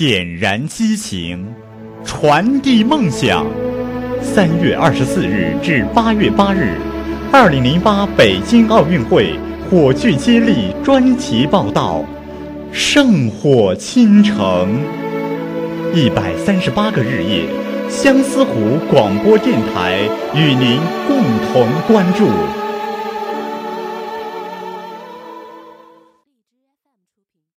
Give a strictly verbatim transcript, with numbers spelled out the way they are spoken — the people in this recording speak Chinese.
点燃激情，传递梦想。三月二十四日至八月八日，二零零八北京奥运会火炬接力专题报道，圣火倾城。一百三十八个日夜，相思湖广播电台与您共同关注